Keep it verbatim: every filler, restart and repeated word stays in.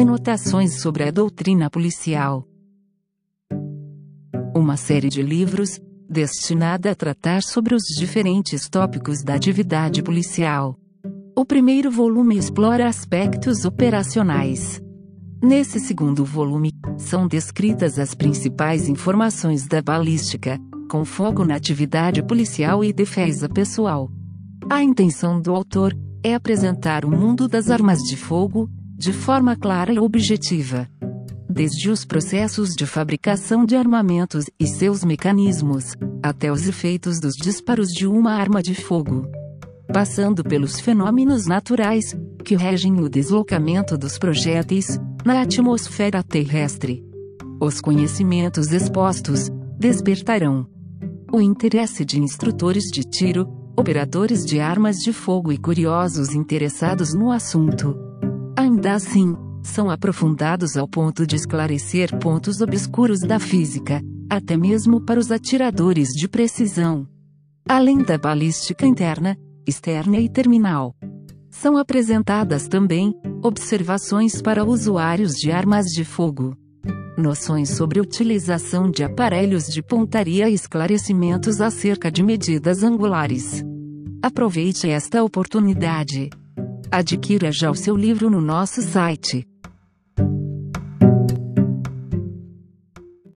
Anotações sobre a doutrina policial. Uma série de livros, destinada a tratar sobre os diferentes tópicos da atividade policial. O primeiro volume explora aspectos operacionais. Nesse segundo volume, são descritas as principais informações da balística, com foco na atividade policial e defesa pessoal. A intenção do autor é apresentar o mundo das armas de fogo, de forma clara e objetiva. Desde os processos de fabricação de armamentos e seus mecanismos, até os efeitos dos disparos de uma arma de fogo. Passando pelos fenômenos naturais, que regem o deslocamento dos projéteis, na atmosfera terrestre. Os conhecimentos expostos, despertarão o interesse de instrutores de tiro, operadores de armas de fogo e curiosos interessados no assunto. Ainda assim, são aprofundados ao ponto de esclarecer pontos obscuros da física, até mesmo para os atiradores de precisão. Além da balística interna, externa e terminal, são apresentadas também observações para usuários de armas de fogo, noções sobre utilização de aparelhos de pontaria e esclarecimentos acerca de medidas angulares. Aproveite esta oportunidade. Adquira já o seu livro no nosso site.